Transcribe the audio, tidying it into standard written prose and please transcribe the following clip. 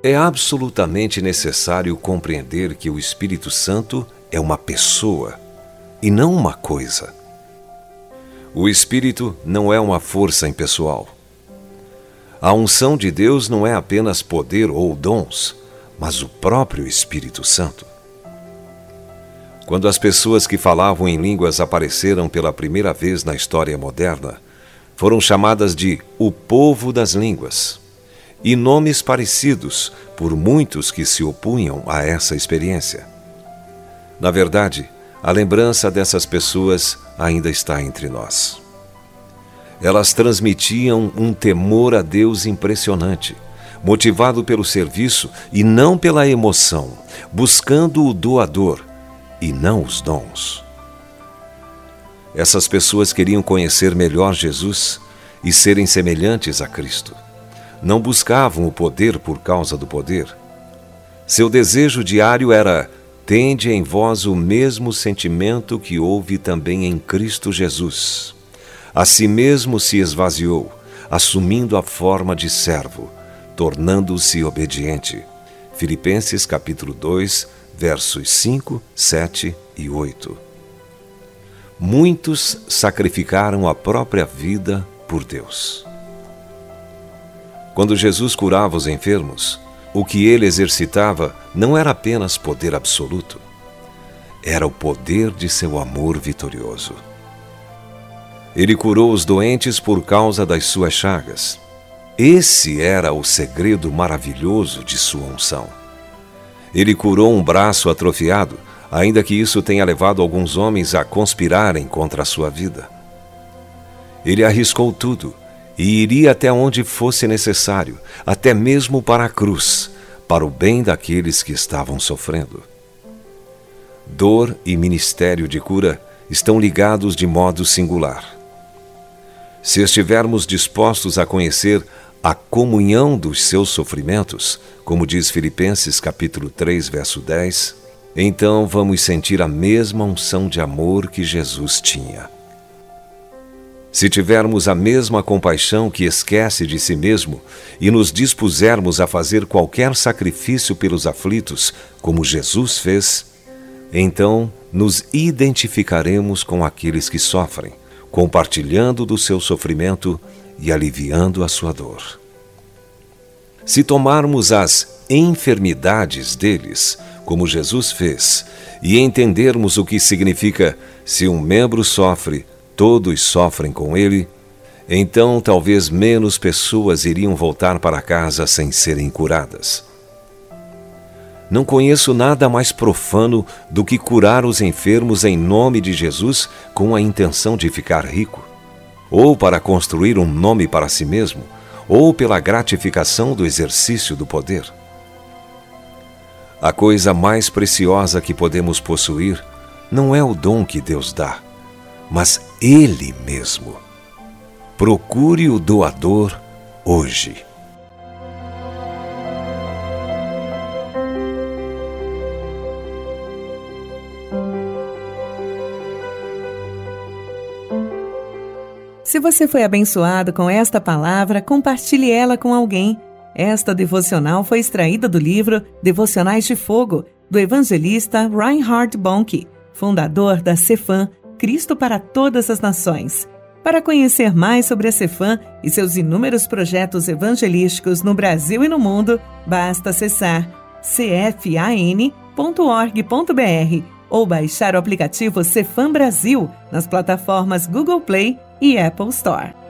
É absolutamente necessário compreender que o Espírito Santo é uma pessoa e não uma coisa. O Espírito não é uma força impessoal. A unção de Deus não é apenas poder ou dons, mas o próprio Espírito Santo. Quando as pessoas que falavam em línguas apareceram pela primeira vez na história moderna, foram chamadas de o povo das línguas, e nomes parecidos por muitos que se opunham a essa experiência. Na verdade, a lembrança dessas pessoas ainda está entre nós. Elas transmitiam um temor a Deus impressionante, motivado pelo serviço e não pela emoção, buscando o doador e não os dons. Essas pessoas queriam conhecer melhor Jesus e serem semelhantes a Cristo. Não buscavam o poder por causa do poder. Seu desejo diário era: tende em vós o mesmo sentimento que houve também em Cristo Jesus. A si mesmo se esvaziou, assumindo a forma de servo, tornando-se obediente. Filipenses capítulo 2, versos 5, 7 e 8. Muitos sacrificaram a própria vida por Deus. Quando Jesus curava os enfermos, o que ele exercitava não era apenas poder absoluto, era o poder de seu amor vitorioso. Ele curou os doentes por causa das suas chagas. Esse era o segredo maravilhoso de sua unção. Ele curou um braço atrofiado, ainda que isso tenha levado alguns homens a conspirarem contra a sua vida. Ele arriscou tudo e iria até onde fosse necessário, até mesmo para a cruz, para o bem daqueles que estavam sofrendo. Dor e ministério de cura estão ligados de modo singular. Se estivermos dispostos a conhecer a comunhão dos seus sofrimentos, como diz Filipenses capítulo 3, verso 10, então vamos sentir a mesma unção de amor que Jesus tinha. Se tivermos a mesma compaixão que esquece de si mesmo e nos dispusermos a fazer qualquer sacrifício pelos aflitos, como Jesus fez, então nos identificaremos com aqueles que sofrem, compartilhando do seu sofrimento e aliviando a sua dor. Se tomarmos as enfermidades deles, como Jesus fez, e entendermos o que significa se um membro sofre, todos sofrem com ele, então talvez menos pessoas iriam voltar para casa sem serem curadas. Não conheço nada mais profano do que curar os enfermos em nome de Jesus com a intenção de ficar rico, ou para construir um nome para si mesmo, ou pela gratificação do exercício do poder. A coisa mais preciosa que podemos possuir não é o dom que Deus dá, mas Ele mesmo. Procure o doador hoje. Se você foi abençoado com esta palavra, compartilhe ela com alguém. Esta devocional foi extraída do livro Devocionais de Fogo, do evangelista Reinhard Bonnke, fundador da CFAM, Cristo para Todas as Nações. Para conhecer mais sobre a CFAM e seus inúmeros projetos evangelísticos no Brasil e no mundo, basta acessar cfan.org.br ou baixar o aplicativo CFAM Brasil nas plataformas Google Play e Apple Store.